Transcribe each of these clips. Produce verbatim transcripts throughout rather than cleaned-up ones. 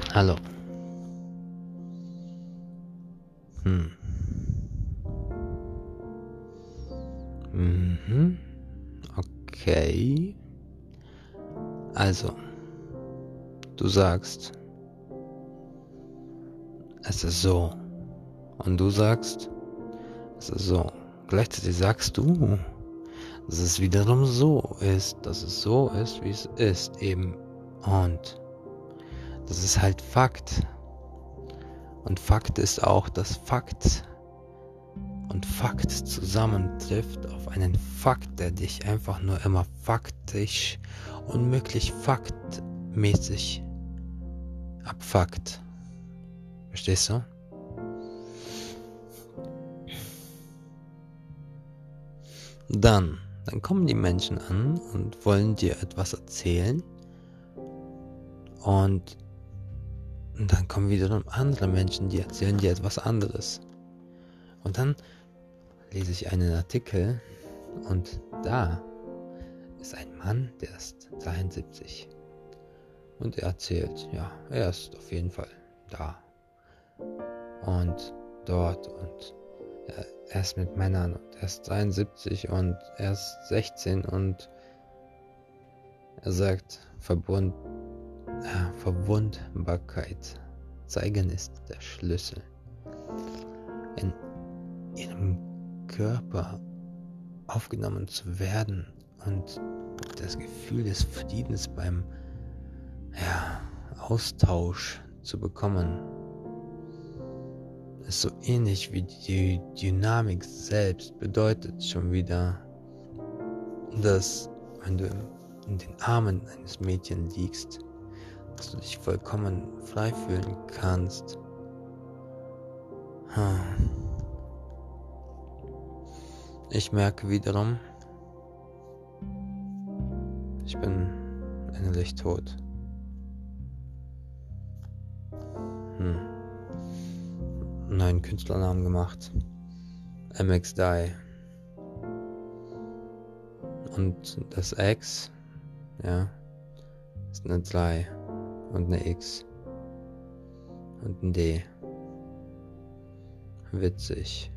Hallo. Hm. Mhm. Okay. Also, du sagst, es ist so. Und du sagst, es ist so. Gleichzeitig sagst du, dass es wiederum so ist, dass es so ist, wie es ist eben. Und das ist halt Fakt. Und Fakt ist auch, dass Fakt und Fakt zusammentrifft auf einen Fakt, der dich einfach nur immer faktisch, unmöglich faktmäßig abfuckt. Verstehst du? Dann, dann kommen die Menschen an und wollen dir etwas erzählen. Und dann kommen wiederum andere Menschen, die erzählen dir etwas anderes. Und dann lese ich einen Artikel und da ist ein Mann, der ist dreiundsiebzig. Und er erzählt, ja, er ist auf jeden Fall da. Und dort und er, er ist mit Männern und er ist dreiundsiebzig und er ist sechzehn und er sagt, Verbund, äh, Verwundbarkeit zeigen ist der Schlüssel. In ihrem Körper aufgenommen zu werden und das Gefühl des Friedens beim ja, Austausch zu bekommen, ist so ähnlich wie die Dynamik selbst. Bedeutet schon wieder, dass wenn du in den Armen eines Mädchens liegst, dass du dich vollkommen frei fühlen kannst. Ich merke wiederum, ich bin innerlich tot. Hm. Einen neuen Künstlernamen gemacht. M X Die. Und das X, ja, ist eine drei und eine X und ein D. Witzig.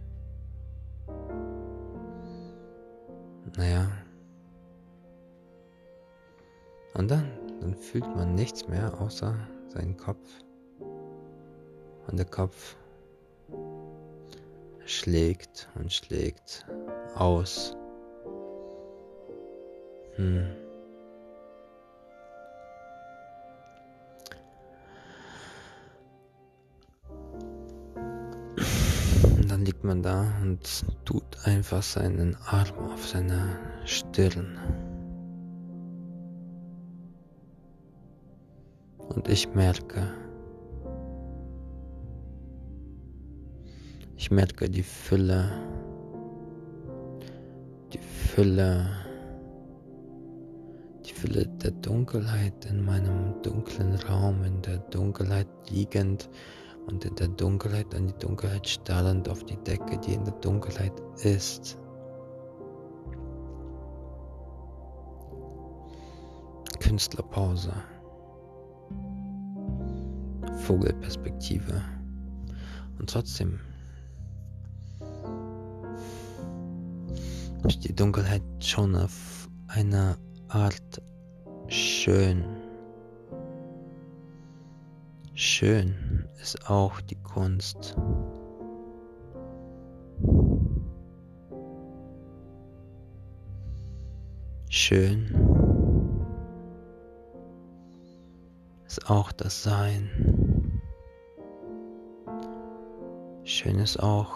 Naja. Und dann, dann fühlt man nichts mehr außer seinen Kopf. Und der Kopf schlägt und schlägt aus. Hm. Und dann liegt man da und tut einfach seinen Arm auf seine Stirn. Und ich merke, ich merke die Fülle, die Fülle, die Fülle der Dunkelheit in meinem dunklen Raum, in der Dunkelheit liegend und in der Dunkelheit an die Dunkelheit starrend auf die Decke, die in der Dunkelheit ist. Künstlerpause. Vogelperspektive. Und trotzdem ist die Dunkelheit schon auf eine Art schön. Schön ist auch die Kunst. Schön ist auch das Sein. Schön ist auch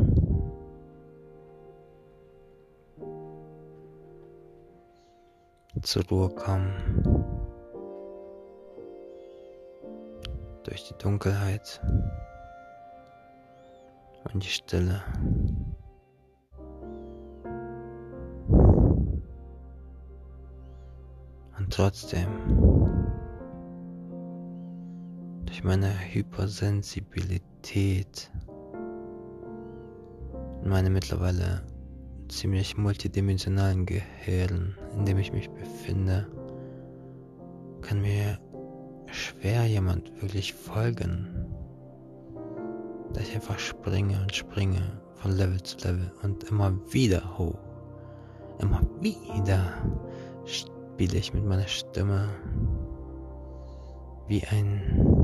zur Ruhe kommen. Durch die Dunkelheit und die Stille. Und trotzdem, durch meine Hypersensibilität und meine mittlerweile ziemlich multidimensionalen Gehirn, in dem ich mich befinde, kann mir schwer jemand wirklich folgen, dass ich einfach springe und springe von Level zu Level und immer wieder hoch. Immer wieder spiele ich mit meiner Stimme wie ein,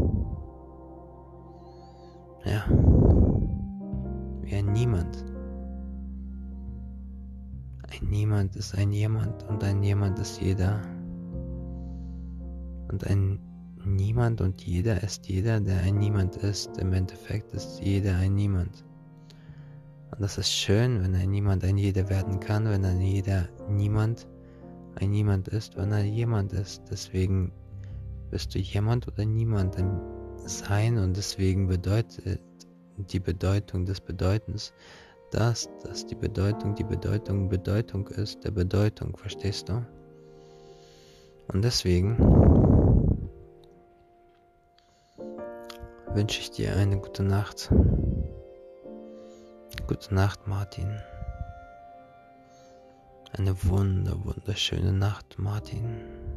ja, wie ein Niemand. Ein Niemand ist ein Jemand und ein Jemand ist jeder. Und ein Niemand und jeder ist jeder, der ein Niemand ist. Im Endeffekt ist jeder ein Niemand. Und das ist schön, wenn ein Niemand ein Jeder werden kann, wenn ein jeder Niemand ein Niemand ist, wenn er jemand ist. Deswegen bist du jemand oder niemand im Sein und deswegen bedeutet die Bedeutung des Bedeutens das, dass die Bedeutung die Bedeutung Bedeutung ist, der Bedeutung, verstehst du? Und deswegen wünsche ich dir eine gute Nacht. Gute Nacht, Martin. Eine wunder, wunderschöne Nacht, Martin.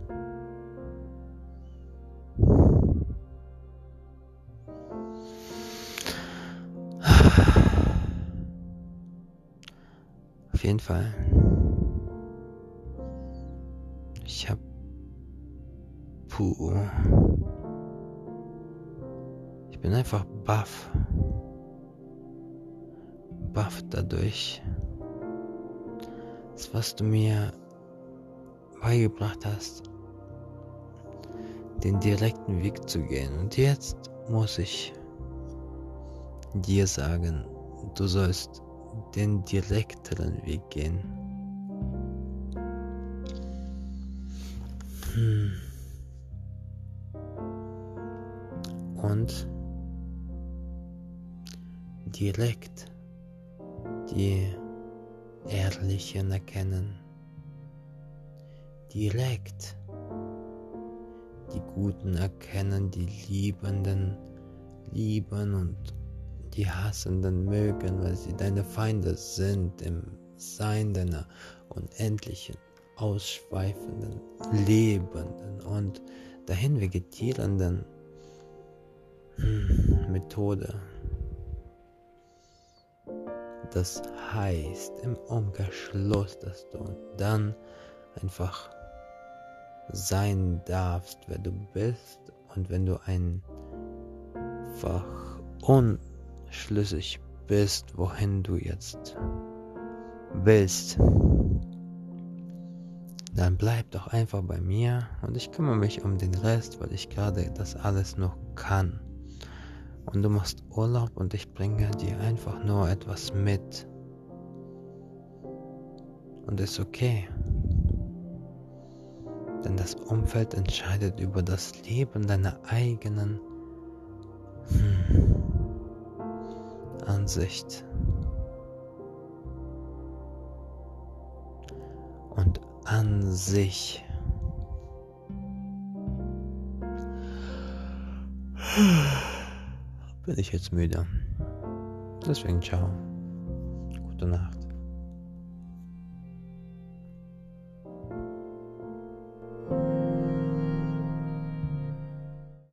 Auf jeden Fall. Ich hab Puh. Ich bin einfach baff. Baff dadurch, das, was du mir beigebracht hast, den direkten Weg zu gehen. Und jetzt muss ich dir sagen, du sollst den direkteren Weg gehen. Hm. Und direkt die Ehrlichen erkennen. Direkt die Guten erkennen, die Liebenden lieben und die Hassenden mögen, weil sie deine Feinde sind im Sein deiner unendlichen, ausschweifenden, lebenden und dahin vegetierenden hm, Methode. Das heißt im Umkehrschluss, dass du dann einfach sein darfst, wer du bist, und wenn du einfach unschlüssig bist, wohin du jetzt willst, dann bleib doch einfach bei mir und ich kümmere mich um den Rest, weil ich gerade das alles noch kann. Und du machst Urlaub und ich bringe dir einfach nur etwas mit. Und ist okay. Denn das Umfeld entscheidet über das Leben deiner eigenen hm, Ansicht. Und an sich. Bin ich jetzt müde. Deswegen ciao. Gute Nacht.